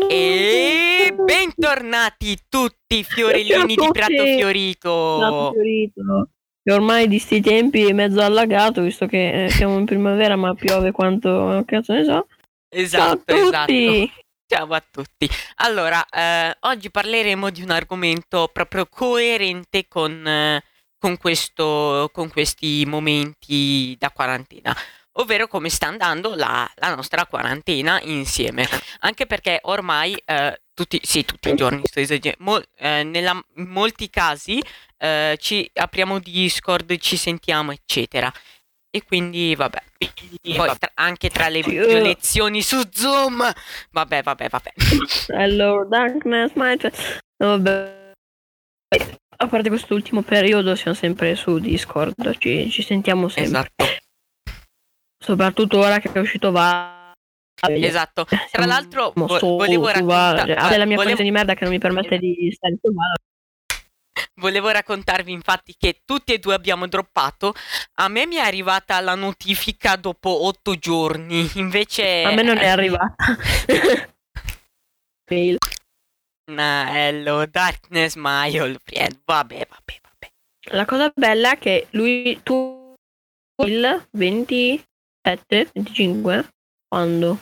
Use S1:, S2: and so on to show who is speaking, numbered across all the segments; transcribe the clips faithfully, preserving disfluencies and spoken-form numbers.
S1: E bentornati tutti fiorellini di Prato Fiorito.
S2: Prato Fiorito. E ormai di sti tempi è mezzo allagato, visto che siamo in primavera ma piove quanto cazzo ne so.
S1: Esatto,
S2: Ciao a tutti.
S1: esatto. Ciao a tutti. Allora, eh, oggi parleremo di un argomento proprio coerente con, eh, con questo, con questi momenti da quarantena, ovvero come sta andando la, la nostra quarantena insieme. Anche perché ormai eh, tutti, sì, tutti i giorni sto esagerando, mol- eh, nella- in molti casi eh, ci apriamo Discord, ci sentiamo, eccetera. E quindi vabbè, poi tra- anche tra le video lezioni su Zoom, vabbè, vabbè, vabbè.
S2: Hello darkness, my child. Vabbè. A parte quest'ultimo periodo siamo sempre su Discord, ci, ci sentiamo sempre.
S1: Esatto.
S2: Soprattutto ora che è uscito va.
S1: Esatto. Tra
S2: Siamo
S1: l'altro vo-
S2: solo
S1: volevo
S2: su
S1: raccontare
S2: Va- è la mia
S1: volevo...
S2: connessione di merda che non mi permette di stare su Va-
S1: Volevo raccontarvi infatti che tutti e due abbiamo droppato. A me mi è arrivata la notifica dopo otto giorni, invece...
S2: A me non è arrivata. Fail.
S1: Nah, hello, darkness, my old friend. Vabbè, vabbè, vabbè.
S2: La cosa bella è che lui, tu, il ventisette, venticinque, quando?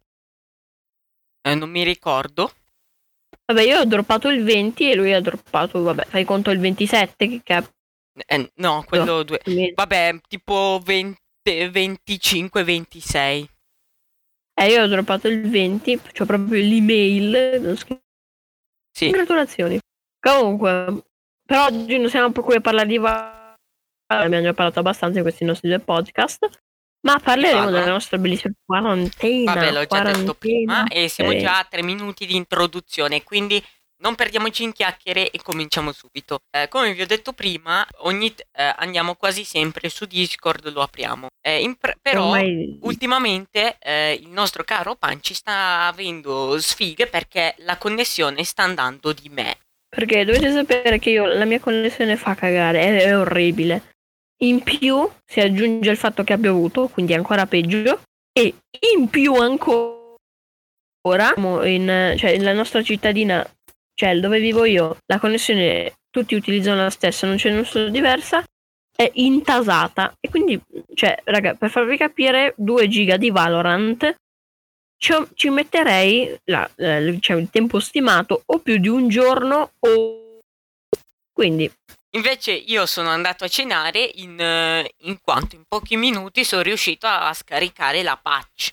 S1: Eh, non mi ricordo.
S2: Vabbè, io ho droppato il venti e lui ha droppato, vabbè, fai conto il ventisette che cap-
S1: Eh, no, quello
S2: No,
S1: due.
S2: mi-
S1: Vabbè, tipo venti, venticinque, ventisei.
S2: Eh, io ho droppato il venti, c'ho proprio l'email. non scri-
S1: Sì.
S2: Congratulazioni. Comunque, per oggi non siamo qui a parlare di Va- abbiamo già parlato abbastanza in questi nostri due podcast, ma parleremo
S1: Vado.
S2: della nostra bellissima quarantena.
S1: Vabbè, l'ho già detto prima
S2: quarantena,
S1: e siamo
S2: ok.
S1: già a tre minuti di introduzione, quindi non perdiamoci in chiacchiere e cominciamo subito. Eh, come vi ho detto prima, ogni t- eh, andiamo quasi sempre su Discord, lo apriamo. Eh, in pre- però
S2: Ormai-
S1: ultimamente eh, il nostro caro Panci sta avendo sfighe perché la connessione sta andando di me.
S2: Perché dovete sapere che io la mia connessione fa cagare, è, è orribile. In più si aggiunge il fatto che ha piovuto, quindi è ancora peggio. E in più ancora, siamo in, cioè la nostra cittadina, cioè dove vivo io, la connessione tutti utilizzano la stessa, non c'è nessuna diversa, è intasata. E quindi, cioè, raga, per farvi capire, due giga di Valorant ci, ci metterei la, eh, diciamo, il tempo stimato o più di un giorno o quindi
S1: Invece io sono andato a cenare in, eh, in quanto in pochi minuti sono riuscito a, a scaricare la patch.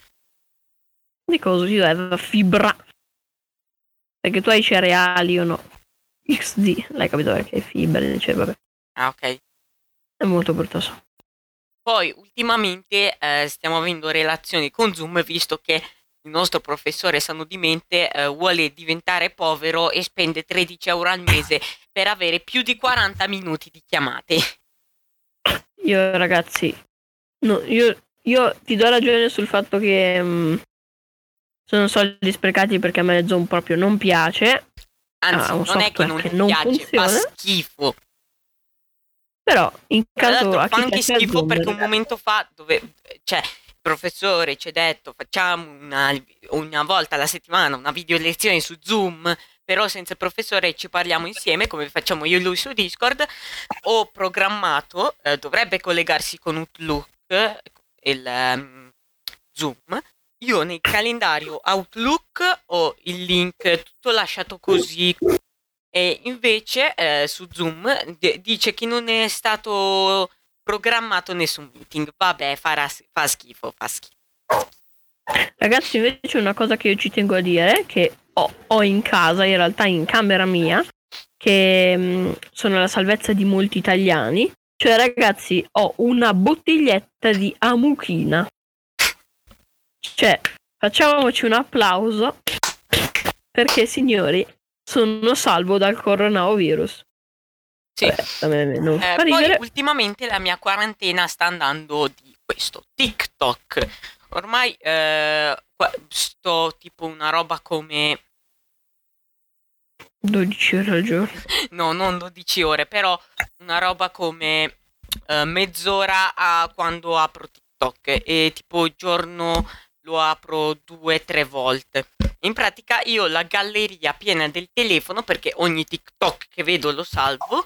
S2: di cosa io avevo fibra perché tu hai cereali o no X D, l'hai capito perché è fibra, cioè vabbè,
S1: Ah, ok.
S2: è molto bruttoso.
S1: Poi ultimamente eh, stiamo avendo relazioni con Zoom visto che il nostro professore sano di mente eh, vuole diventare povero e spende tredici euro al mese per avere più di quaranta minuti di chiamate.
S2: Io ragazzi, no, io, io ti do ragione sul fatto che mh, sono soldi sprecati perché a me Zoom proprio non piace.
S1: Anzi,
S2: Ah, un
S1: non è che
S2: software
S1: non
S2: che
S1: ti
S2: non
S1: piace,
S2: funziona.
S1: fa schifo.
S2: Però in
S1: Tra
S2: caso
S1: l'altro
S2: a
S1: fa
S2: chi
S1: anche
S2: piace
S1: schifo
S2: Zoom,
S1: perché un
S2: ragazzi,
S1: momento fa dove cioè il professore ci ha detto facciamo una, una volta alla settimana una video lezione su Zoom, però senza il professore ci parliamo insieme come facciamo io e lui su Discord. Ho programmato, eh, dovrebbe collegarsi con Outlook, il um, Zoom. Io nel calendario Outlook ho il link tutto lasciato così. E invece eh, su Zoom d- dice che non è stato programmato nessun meeting. Vabbè, farà, fa schifo, fa schifo.
S2: ragazzi, invece una cosa che io ci tengo a dire, che ho, ho in casa, in realtà in camera mia, che mh, sono la salvezza di molti italiani, cioè ragazzi, ho una bottiglietta di Amuchina. Cioè, facciamoci un applauso, perché signori, sono salvo dal coronavirus.
S1: Sì.
S2: Vabbè, a me non
S1: Eh,
S2: fa
S1: poi
S2: ridere.
S1: ultimamente la mia quarantena sta andando di questo TikTok. Ormai eh, qua- sto tipo una roba come
S2: dodici ore al giorno.
S1: no, non dodici ore, però una roba come eh, mezz'ora a quando apro TikTok e tipo il giorno lo apro due tre volte. In pratica io ho la galleria piena del telefono perché ogni TikTok che vedo lo salvo.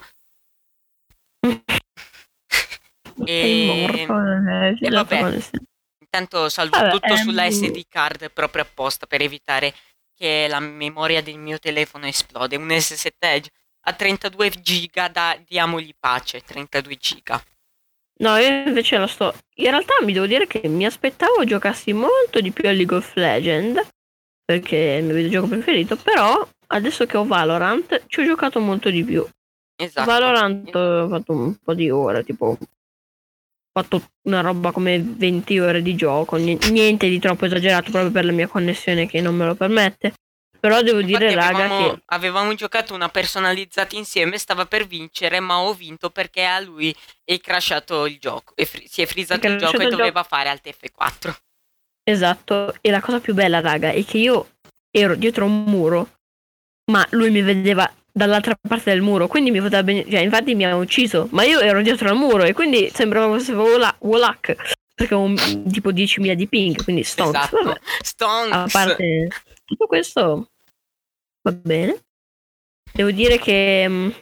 S2: Sei morto, eh,
S1: e vabbè, intanto salvo
S2: vabbè,
S1: tutto
S2: ehm...
S1: sulla S D card proprio apposta per evitare che la memoria del mio telefono esplode. Un S sette Edge a trentadue giga, da, diamogli pace, trentadue giga.
S2: No, io invece lo sto... In realtà mi devo dire che mi aspettavo giocassi molto di più a League of Legends, perché è il mio videogioco preferito, però adesso che ho Valorant ci ho giocato molto di più.
S1: Esatto.
S2: Valorant ho fatto un po' di ore, tipo ho fatto una roba come venti ore di gioco, niente di troppo esagerato proprio per la mia connessione che non me lo permette. Però devo
S1: Infatti
S2: dire, raga,
S1: avevamo,
S2: che
S1: avevamo giocato una personalizzata insieme, stava per vincere, ma ho vinto perché a lui è crashato il gioco, e fri- si è frizzato il gioco e doveva gioco. fare alt F quattro.
S2: Esatto, e la cosa più bella, raga, è che io ero dietro un muro, ma lui mi vedeva dall'altra parte del muro, quindi mi poteva ben... cioè, infatti mi ha ucciso, ma io ero dietro al muro e quindi sembrava fosse Wolak, perché ho un tipo diecimila di ping, quindi stonks.
S1: Esatto.
S2: Vabbè.
S1: Stonks.
S2: A parte tutto questo, va bene. Devo dire che mh,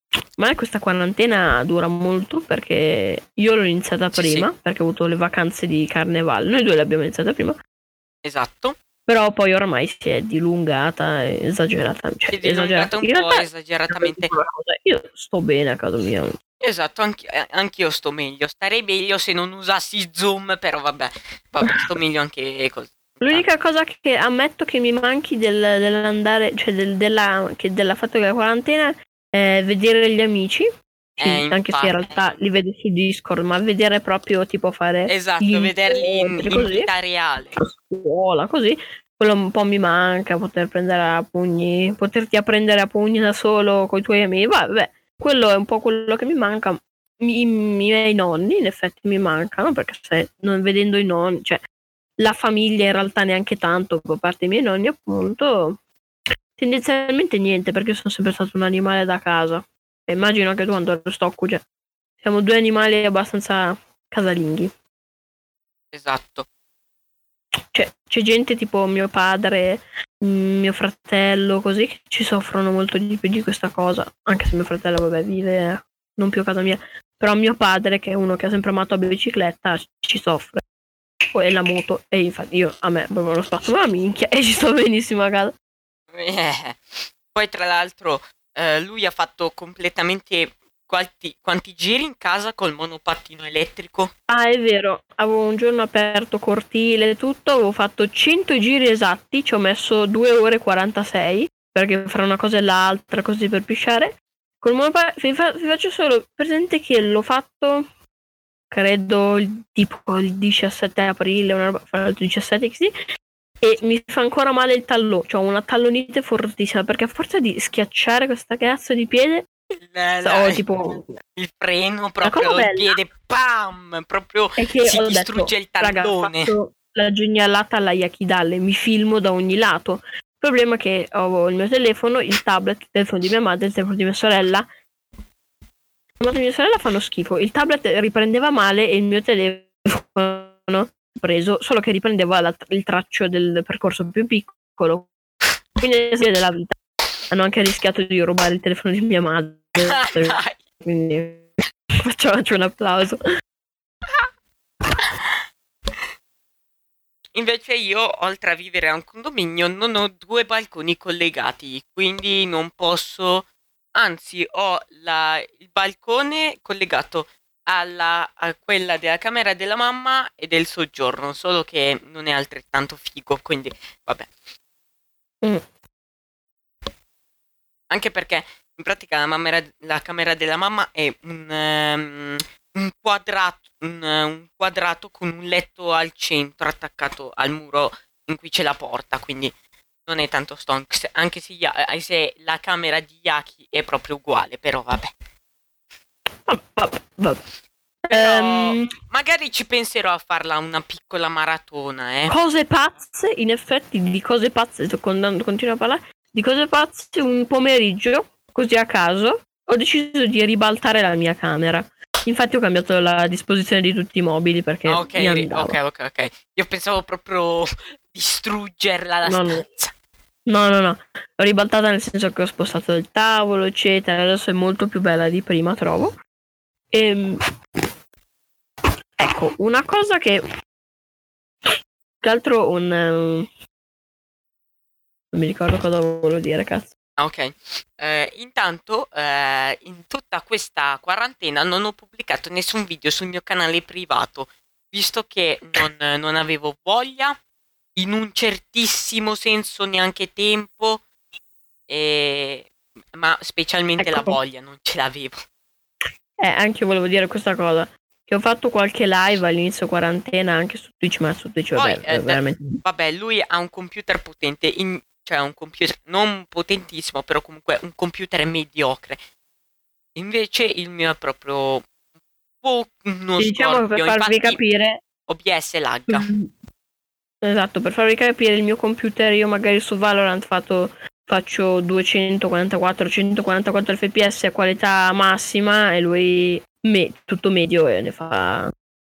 S2: ma questa quarantena dura molto perché io l'ho iniziata
S1: Sì,
S2: prima,
S1: sì.
S2: perché ho avuto le vacanze di carnevale, noi due l'abbiamo iniziata prima.
S1: Esatto.
S2: Però poi ormai si è dilungata, esagerata, cioè
S1: Si è dilungata un po' esageratamente.
S2: Io sto bene a casa mia.
S1: Esatto, anch- anch'io sto meglio. Starei meglio se non usassi Zoom, però vabbè, vabbè sto meglio anche così.
S2: L'unica cosa che ammetto che mi manchi del, dell'andare, cioè del, della, che della fatto che la quarantena è vedere gli amici. Sì,
S1: Eh,
S2: anche se in realtà li vedo su Discord, ma vedere proprio tipo fare
S1: esatto, vederli in, in vita reale,
S2: a scuola, così quello un po' mi manca, poter prendere a pugni, poterti a prendere a pugni da solo con i tuoi amici. Vabbè, quello è un po' quello che mi manca. I, i miei nonni in effetti mi mancano, perché se non vedendo i nonni, cioè la famiglia in realtà neanche tanto, a parte i miei nonni appunto, tendenzialmente niente, perché io sono sempre stato un animale da casa. E immagino che tu quando sto cioè, siamo due animali abbastanza casalinghi.
S1: Esatto.
S2: Cioè, c'è gente tipo mio padre, mio fratello, così, che ci soffrono molto di più di questa cosa. Anche se mio fratello, vabbè, vive non più a casa mia. Però mio padre, che è uno che ha sempre amato la bicicletta, ci soffre. Poi la moto, e infatti io, a me, proprio lo spazio, ma minchia, e ci sto benissimo a casa.
S1: Eh. Poi tra l'altro eh, lui ha fatto completamente quanti, quanti giri in casa col monopattino elettrico?
S2: Ah, è vero, avevo un giorno aperto cortile e tutto, avevo fatto cento giri esatti, ci ho messo due ore e quarantasei, perché fra una cosa e l'altra, così per pisciare. Col monopattino, vi, fa, vi faccio solo presente che l'ho fatto, credo, il, tipo il diciassette aprile, una roba, fra l'altro diciassette sì, e mi fa ancora male il tallone, cioè una tallonite fortissima, perché a forza di schiacciare questa cazzo di piede,
S1: La,
S2: so,
S1: la,
S2: tipo,
S1: il freno proprio, il piede, pam, proprio
S2: è che
S1: si
S2: ho
S1: distrugge
S2: detto,
S1: il tallone.
S2: Raga, ho la genialata alla Yakidalle, mi filmo da ogni lato. Il problema è che ho il mio telefono, il tablet, il telefono di mia madre, il telefono di mia sorella. La madre e mia sorella fanno schifo. Il tablet riprendeva male e il mio telefono preso, solo che riprendeva la, il traccio del percorso più piccolo. Quindi è della vita. Hanno anche rischiato di rubare il telefono di mia madre. Quindi facciamoci un applauso.
S1: Invece io, oltre a vivere a un condominio, non ho due balconi collegati, quindi non posso, anzi ho la, il balcone collegato alla, a quella della camera della mamma e del soggiorno, solo che non è altrettanto figo, quindi vabbè.
S2: Mm.
S1: Anche perché in pratica la, mamma, la camera della mamma è un, um, un quadrato. Un, un quadrato con un letto al centro attaccato al muro in cui c'è la porta, quindi non è tanto stonks, anche se, se la camera di Yaki è proprio uguale, però vabbè.
S2: Vabbè, vabbè.
S1: Però
S2: Um,
S1: magari ci penserò a farla una piccola maratona, eh.
S2: Cose pazze, in effetti di cose pazze, sto continuo a parlare, di cose pazze un pomeriggio, così a caso, ho deciso di ribaltare la mia camera. Infatti ho cambiato la disposizione di tutti i mobili perché
S1: ok,
S2: mi andava.
S1: ok, ok, ok. Io pensavo proprio distruggerla la
S2: no,
S1: stanza.
S2: No, no, no. L'ho ribaltata nel senso che ho spostato il tavolo, eccetera. Adesso è molto più bella di prima, trovo. Ehm, ecco, una cosa che... Che altro un... um, non mi ricordo cosa volevo dire, cazzo.
S1: Ah, ok. Eh, intanto, eh, in tutta questa quarantena non ho pubblicato nessun video sul mio canale privato, visto che non, non avevo voglia, in un certissimo senso neanche tempo, e- ma specialmente la
S2: Ecco,
S1: voglia non ce l'avevo.
S2: eh, anche io volevo dire questa cosa. Che ho fatto qualche live all'inizio quarantena anche su Twitch, ma su Twitch,
S1: Poi,
S2: vabbè,
S1: eh, da-
S2: veramente...
S1: vabbè, lui ha un computer potente, in- cioè un computer non potentissimo, però comunque un computer mediocre. Invece il mio è proprio un po' uno
S2: Diciamo che per
S1: scorpio,
S2: farvi
S1: infatti
S2: capire...
S1: O B S lagga.
S2: Mm, esatto, per farvi capire il mio computer, io magari su Valorant fatto, faccio duecentoquarantaquattro centoquarantaquattro F P S a qualità massima e lui me, tutto medio e ne fa...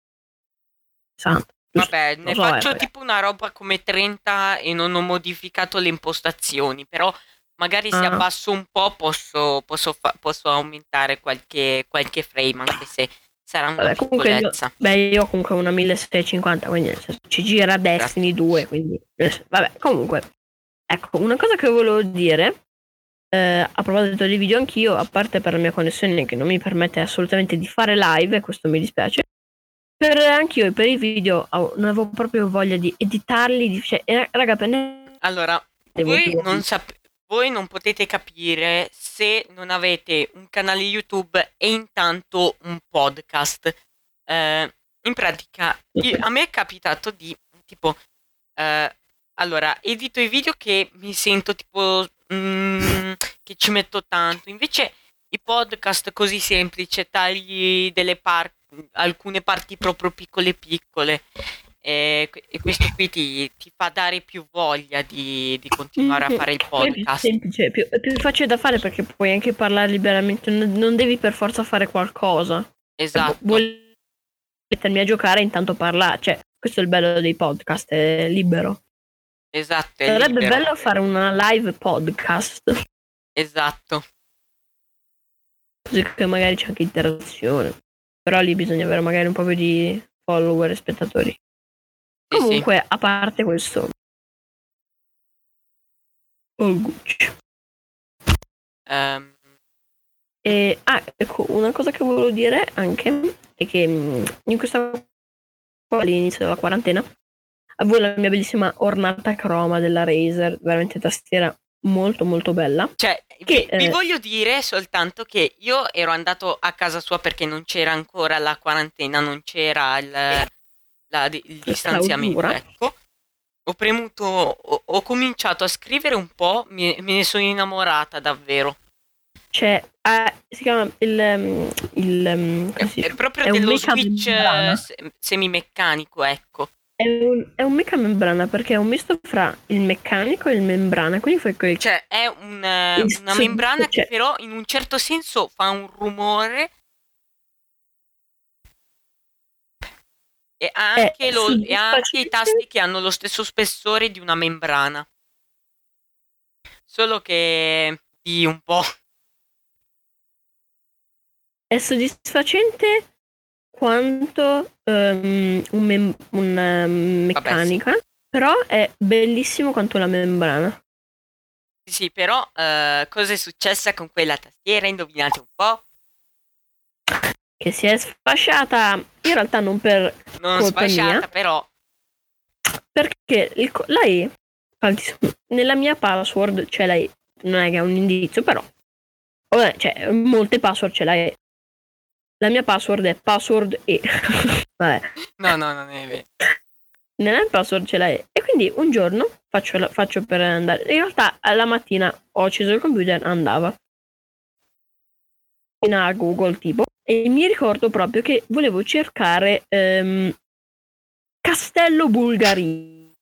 S2: Santo.
S1: Vabbè, ne
S2: So,
S1: faccio
S2: eh,
S1: tipo una roba come trenta e non ho modificato le impostazioni, però magari se
S2: ah.
S1: abbasso un po' posso, posso, fa- posso aumentare qualche, qualche frame, anche se sarà una
S2: Vabbè, comunque io,
S1: piccolezza.
S2: beh, io ho comunque una milleseicentocinquanta, quindi nel senso, ci gira Destiny due, quindi vabbè, comunque, ecco, una cosa che volevo dire, eh, a proposito di video anch'io, a parte per la mia connessione che non mi permette assolutamente di fare live, e questo mi dispiace, per anch'io e per i video oh, non avevo proprio voglia di editarli, di, cioè, eh, raga, per ne...
S1: Allora, voi non, sap- voi non potete capire se non avete un canale YouTube e intanto un podcast. Eh, in pratica, io- a me è capitato di, tipo, eh, allora, edito i video che mi sento tipo, mm, che ci metto tanto. Invece i podcast così semplici, tagli delle parti, alcune parti proprio piccole piccole. E, e questo qui ti, ti fa dare più voglia di, di continuare a fare il
S2: È più
S1: podcast.
S2: semplice, è più, è più facile da fare perché puoi anche parlare liberamente, non, non devi per forza fare qualcosa.
S1: Esatto.
S2: Vuoi mettermi a giocare e intanto parlare, cioè questo è il bello dei podcast, è libero.
S1: Esatto, è
S2: Sarebbe
S1: libero.
S2: bello fare una live podcast.
S1: Esatto.
S2: Così che magari c'è anche interazione. Però lì bisogna avere magari un po' più di follower e spettatori.
S1: Sì,
S2: Comunque,
S1: sì.
S2: a parte questo. Oh, Gucci.
S1: Um.
S2: E, ah, ecco, una cosa che volevo dire anche è che in questa all'inizio della quarantena avevo la mia bellissima ornata croma della Razer, veramente tastiera molto molto bella.
S1: Cioè,
S2: che,
S1: vi, vi
S2: eh,
S1: voglio dire soltanto che io ero andato a casa sua perché non c'era ancora la quarantena, non c'era il, la, il distanziamento, ecco. Ho premuto, ho, ho cominciato a scrivere un po', me, me ne sono innamorata davvero.
S2: Cioè, eh, si chiama il... il
S1: è, è proprio
S2: è
S1: dello
S2: un
S1: switch eh, semimeccanico, ecco.
S2: È un, è un mecha membrana perché è un misto fra il meccanico e il membrana, quindi fai quel...
S1: Cioè, è un, uh, una membrana che però in un certo senso fa un rumore e ha anche,
S2: eh,
S1: lo, e ha anche i tasti che hanno lo stesso spessore di una membrana. Solo che di un po'.
S2: È soddisfacente quanto um, un mem- una meccanica, Vabbè, sì. Però è bellissimo quanto la membrana.
S1: Sì, però uh, cosa è successa con quella tastiera? Indovinate un po'?
S2: Che si è sfasciata, in realtà non per
S1: non
S2: colpa
S1: sfasciata,
S2: mia,
S1: però
S2: perché il co- lei nella mia password c'è lei, non è che è un indizio, però vabbè, cioè molte password ce l'hai. La mia password è password e vabbè.
S1: No, no, non è vero.
S2: Nella password ce l'hai. E quindi un giorno faccio, la, faccio per andare. In realtà alla mattina ho acceso il computer, andava in a Google tipo. E mi ricordo proprio che volevo cercare ehm, Castello Bulgaria.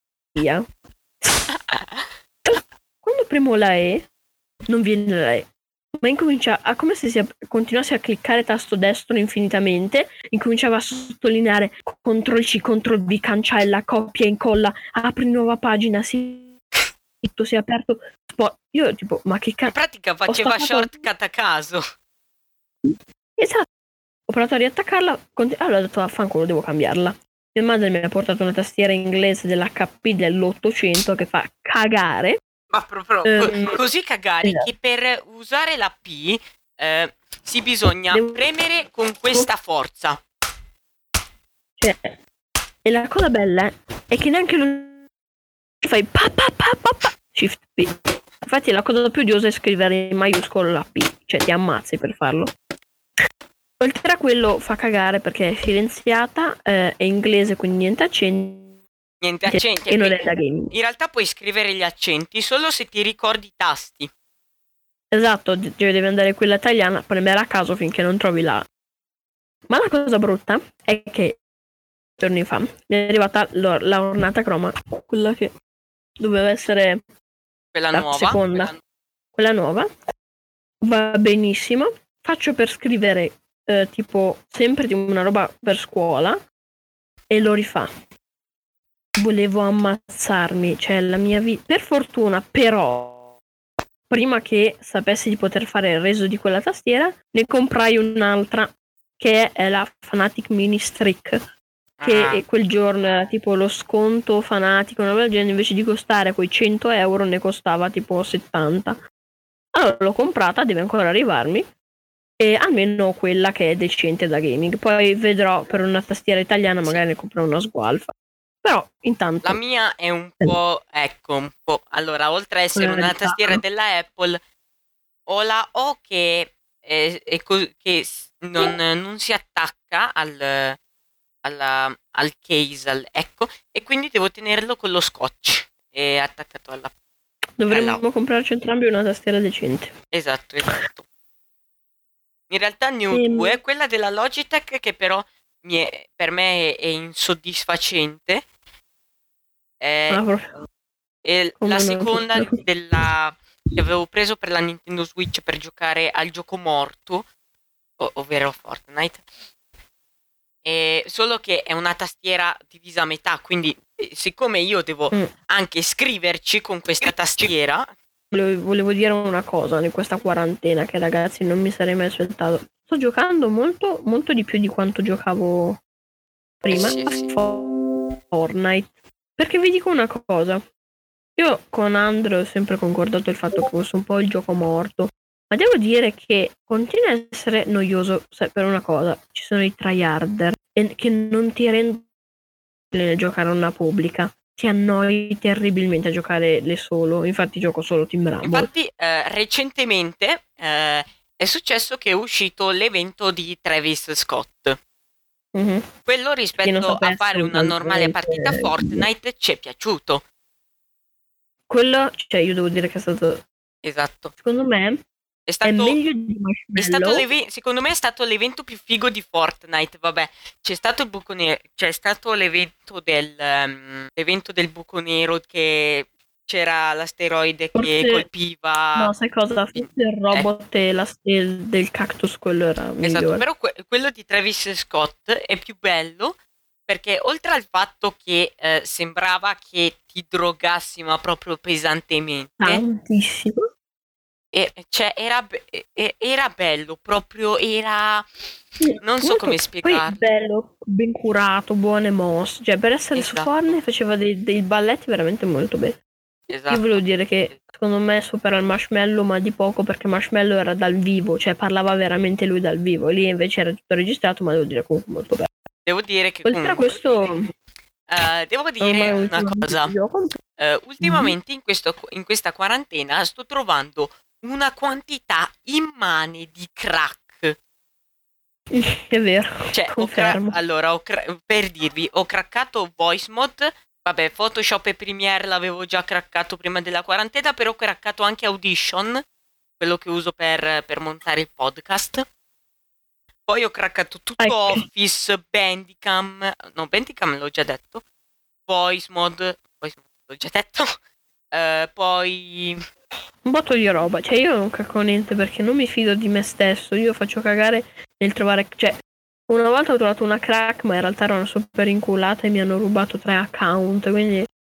S2: Quando premo la E, non viene la E. Ma incomincia a come se si continuasse a cliccare tasto destro infinitamente, incominciava a sottolineare control C, control V, cancella, copia, incolla, apri nuova pagina, sì. tutto si è aperto. Io tipo, ma che cazzo?
S1: In pratica faceva shortcut a caso.
S2: Esatto. Ho provato a riattaccarla, allora ho detto vaffanculo, devo cambiarla. Mia madre mi ha portato una tastiera inglese dell'H P dell'ottocento che fa cagare.
S1: Ma proprio um, così cagare esatto. Che per usare la P eh, si bisogna devo... premere con questa forza.
S2: Cioè, e la cosa bella è che neanche lo fai pa pa pa pa pa shift P. Infatti la cosa più odiosa è scrivere in maiuscolo la P, cioè ti ammazzi per farlo. Oltre a quello fa cagare perché è silenziata, eh, è inglese, quindi niente accenti.
S1: Niente accenti.
S2: E non è da gaming.
S1: In realtà puoi scrivere gli accenti solo se ti ricordi i tasti.
S2: Esatto, devi andare quella italiana, premere a caso finché non trovi la... Ma la cosa brutta è che giorni fa mi è arrivata la ornata croma, quella che doveva essere
S1: quella
S2: la
S1: nuova,
S2: seconda,
S1: quella...
S2: quella nuova, va benissimo. Faccio per scrivere eh, tipo sempre di una roba per scuola e lo rifà. Volevo ammazzarmi, cioè la mia vita. Per fortuna, però, prima che sapessi di poter fare il reso di quella tastiera, ne comprai un'altra che è la Fanatic Mini Streak. Che ah. quel giorno era tipo lo sconto Fanatico, una roba del genere, invece di costare quei cento euro ne costava tipo settanta. Allora l'ho comprata, deve ancora arrivarmi. E almeno quella che è decente da gaming. Poi vedrò per una tastiera italiana, magari ne compro una sgualfa. Però intanto
S1: la mia è un po', ecco, un po'. Allora, oltre a essere una verità, tastiera della Apple, ho la O che, è, è co- che non, non si attacca al, alla, al case, al, ecco, e quindi devo tenerlo con lo scotch e attaccato alla.
S2: Dovremmo
S1: alla...
S2: comprarci entrambi una tastiera decente.
S1: Esatto, esatto. In realtà ne ho ehm... due, quella della Logitech che però mi è, per me è insoddisfacente. Eh,
S2: ah,
S1: e la seconda della, che avevo preso per la Nintendo Switch per giocare al gioco morto, ov- ovvero Fortnite. E solo che è una tastiera divisa a metà, quindi siccome io devo mm. anche scriverci con questa tastiera.
S2: Volevo, volevo dire una cosa in questa quarantena che ragazzi non mi sarei mai aspettato. Sto giocando molto molto di più di quanto giocavo prima
S1: eh sì,
S2: a
S1: sì.
S2: Fortnite. Perché vi dico una cosa. Io con Andro ho sempre concordato il fatto che fosse un po' il gioco morto. Ma devo dire che continua a essere noioso per una cosa. Ci sono i tryharder che non ti rendono nel giocare a una pubblica. Ti annoi terribilmente a giocare le solo. Infatti gioco solo Team Rumble.
S1: Infatti eh, recentemente eh, è successo che è uscito l'evento di Travis Scott.
S2: Mm-hmm.
S1: Quello rispetto a fare una normale partita Fortnite ci è piaciuto.
S2: Quello, cioè io devo dire che è stato...
S1: Esatto.
S2: Secondo me
S1: è, stato,
S2: è meglio di Marshmallow.
S1: È stato l'eve- secondo me è stato l'evento più figo di Fortnite. Vabbè, c'è stato il buco nero, c'è stato l'evento del um, l'evento del buco nero che c'era l'asteroide
S2: forse,
S1: che colpiva.
S2: No, sai cosa? Forse il robot eh. e la, il, del cactus, quello era migliore.
S1: Esatto, però que- quello di Travis Scott è più bello perché oltre al fatto che eh, sembrava che ti drogassi ma proprio pesantemente.
S2: Tantissimo.
S1: E, cioè era, be- era bello, proprio era... non so come spiegarlo.
S2: Poi bello, ben curato, buone mosse. Cioè per essere esatto. su Fortnite faceva dei, dei balletti veramente molto belli.
S1: Esatto.
S2: Io volevo dire che secondo me supera il Marshmallow, ma di poco, perché Marshmallow era dal vivo, cioè parlava veramente lui dal vivo. Lì invece era tutto registrato, ma devo dire comunque molto bello.
S1: Devo dire che
S2: oltre
S1: comunque,
S2: a questo
S1: uh, devo dire una cosa. Uh, ultimamente in, questo, in questa quarantena sto trovando una quantità immane di crack.
S2: È vero,
S1: cioè, ho cra- allora, ho cra- per dirvi, ho craccato VoiceMod. Vabbè, Photoshop e Premiere l'avevo già craccato prima della quarantena, però ho craccato anche Audition, quello che uso per, per montare il podcast. Poi ho craccato tutto ecco. Office, Bandicam, no, Bandicam l'ho già detto, VoiceMod, VoiceMod l'ho già detto, uh, poi...
S2: un botto di roba, cioè io non cacco niente perché non mi fido di me stesso, io faccio cagare nel trovare, cioè una volta ho trovato una crack ma in realtà era una super inculata e mi hanno rubato tre account, quindi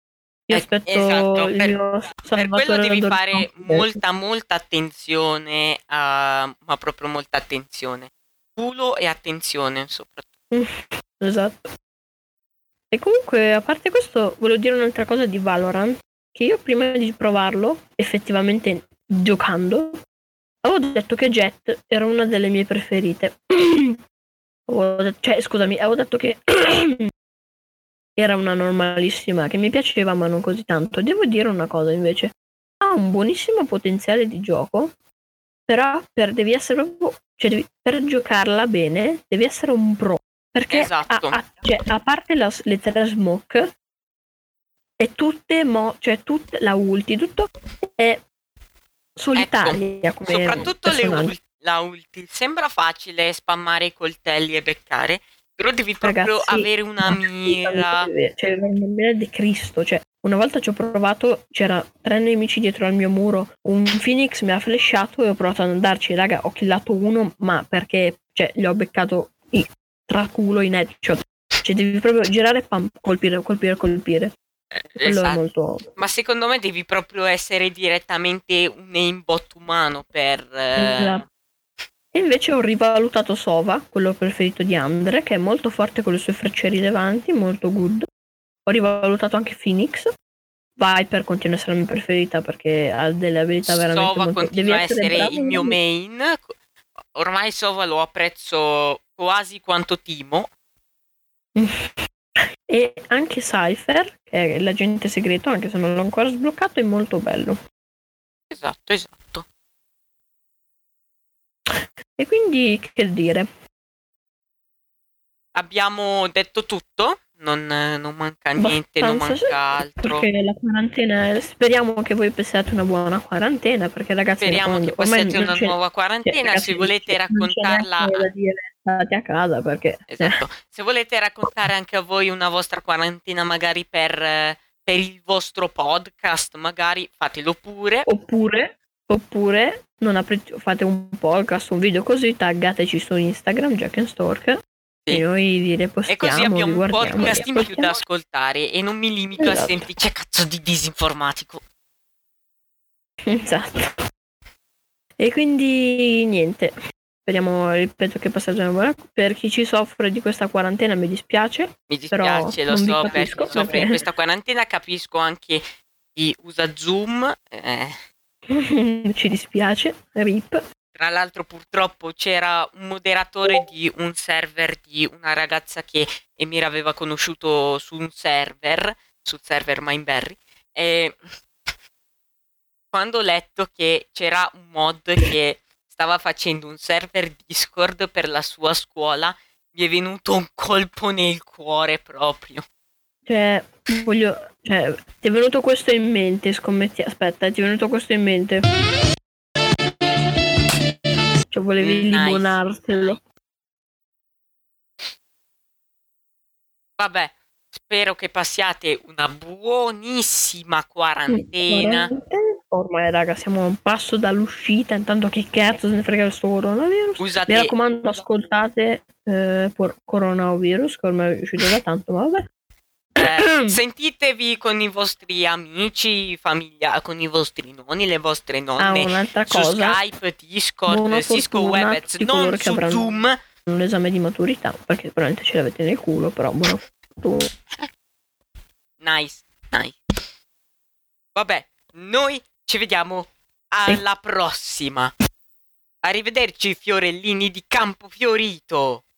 S2: Io
S1: Eh,
S2: aspetto
S1: esatto,
S2: il
S1: per,
S2: mio
S1: per quello
S2: salvatore
S1: devi
S2: da
S1: fare
S2: Dorothy.
S1: molta, molta attenzione, a, ma proprio molta attenzione. Culo e attenzione, soprattutto.
S2: Esatto. E comunque, a parte questo, volevo dire un'altra cosa di Valorant, che io prima di provarlo, effettivamente giocando, avevo detto che Jett era una delle mie preferite. Avevo detto- cioè, scusami, avevo detto che era una normalissima, che mi piaceva ma non così tanto. Devo dire una cosa invece, ha un buonissimo potenziale di gioco, però per, devi essere proprio, cioè devi, per giocarla bene devi essere un pro, perché a,
S1: Esatto.
S2: a, cioè, a parte la, le tre smoke e tutte, mo, cioè tutta la ulti, tutto è solitaria
S1: Ecco,
S2: come
S1: soprattutto le
S2: personaggio.
S1: ul- la ulti. Sembra facile spammare i coltelli e beccare, però devi proprio
S2: Ragazzi,
S1: avere una mira.
S2: cioè, veramente di Cristo, cioè, una volta ci ho provato, c'era tre nemici dietro al mio muro, un Phoenix mi ha flashato e ho provato ad andarci, raga, ho killato uno, ma perché, cioè, gli ho beccato i, tra culo in headshot, cioè, devi proprio girare e pam, colpire, colpire, colpire. Quello è
S1: Esatto.
S2: molto...
S1: Ma secondo me devi proprio essere direttamente un aimbot umano per... eh,
S2: Esatto. E invece ho rivalutato Sova, quello preferito di Andre, che è molto forte con le sue frecce rilevanti, molto good. Ho rivalutato anche Phoenix. Viper continua a essere la mia preferita perché ha delle abilità veramente
S1: Sova
S2: molto... Devi
S1: continua a
S2: essere
S1: essere
S2: bravo
S1: il mio
S2: nella-
S1: main. Ormai Sova lo apprezzo quasi quanto Timo.
S2: E anche Cypher, che è l'agente segreto, anche se non l'ho ancora sbloccato, è molto bello.
S1: Esatto, esatto.
S2: E quindi, che dire?
S1: Abbiamo detto tutto, non, non manca niente, non
S2: Abbastanza sì,
S1: manca altro.
S2: perché la quarantena... Speriamo che voi passiate una buona quarantena, perché ragazzi, mi
S1: Speriamo che
S2: raccomando, ormai
S1: passiate
S2: non
S1: una
S2: c'è...
S1: nuova
S2: Cioè,
S1: quarantena. Se
S2: ragazzi,
S1: volete
S2: cioè, non c'è
S1: raccontarla,
S2: neanche da dire state a casa perché... eh.
S1: esatto, se volete raccontare anche a voi una vostra quarantena, magari per, eh, per il vostro podcast, magari fatelo pure.
S2: Oppure, oppure non aprite, fate un podcast, un video così, taggateci su Instagram, Jack and Stork,
S1: Sì.
S2: e noi vi
S1: E così
S2: repostiamo, vi
S1: abbiamo un
S2: guardiamo, vi
S1: podcast in più da
S2: ascoltiamo.
S1: ascoltare e non mi limito a
S2: Esatto.
S1: sentire c'è cazzo di disinformatico.
S2: Esatto. E quindi niente. Speriamo, ripeto, che passate una buona. Per chi ci soffre di questa quarantena mi dispiace.
S1: Mi
S2: Però
S1: dispiace, lo
S2: non vi
S1: so, per
S2: capisco
S1: chi soffre
S2: perché
S1: in questa quarantena, capisco anche chi usa Zoom. eh,
S2: ci dispiace. Rip.
S1: Tra l'altro purtroppo c'era un moderatore di un server di una ragazza che Emir aveva conosciuto su un server, sul server Mindberry, e quando ho letto che c'era un mod che stava facendo un server Discord per la sua scuola, mi è venuto un colpo nel cuore proprio.
S2: Cioè, voglio... Cioè, ti è venuto questo in mente, scommetti... Aspetta, ti è venuto questo in mente. Cioè, volevi
S1: Nice.
S2: limonartelo.
S1: Vabbè, spero che passiate una buonissima quarantena.
S2: Ormai, raga, siamo a un passo dall'uscita. Intanto, che cazzo se ne frega questo coronavirus?
S1: Usate...
S2: Mi raccomando, ascoltate eh, por- coronavirus, che ormai è uscito da tanto, ma vabbè.
S1: Eh, sentitevi con i vostri amici, famiglia, con i vostri nonni, le vostre
S2: Ah,
S1: nonne,
S2: un'altra
S1: su
S2: cosa.
S1: Skype, Discord,
S2: Buona
S1: Cisco
S2: fortuna a
S1: Webex,
S2: tutti
S1: non
S2: coloro che
S1: su
S2: avranno
S1: Zoom.
S2: un esame di maturità, perché probabilmente ce l'avete nel culo, però buona fortuna.
S1: Nice, nice. Vabbè, noi ci vediamo alla prossima. Arrivederci, fiorellini di Campo Fiorito.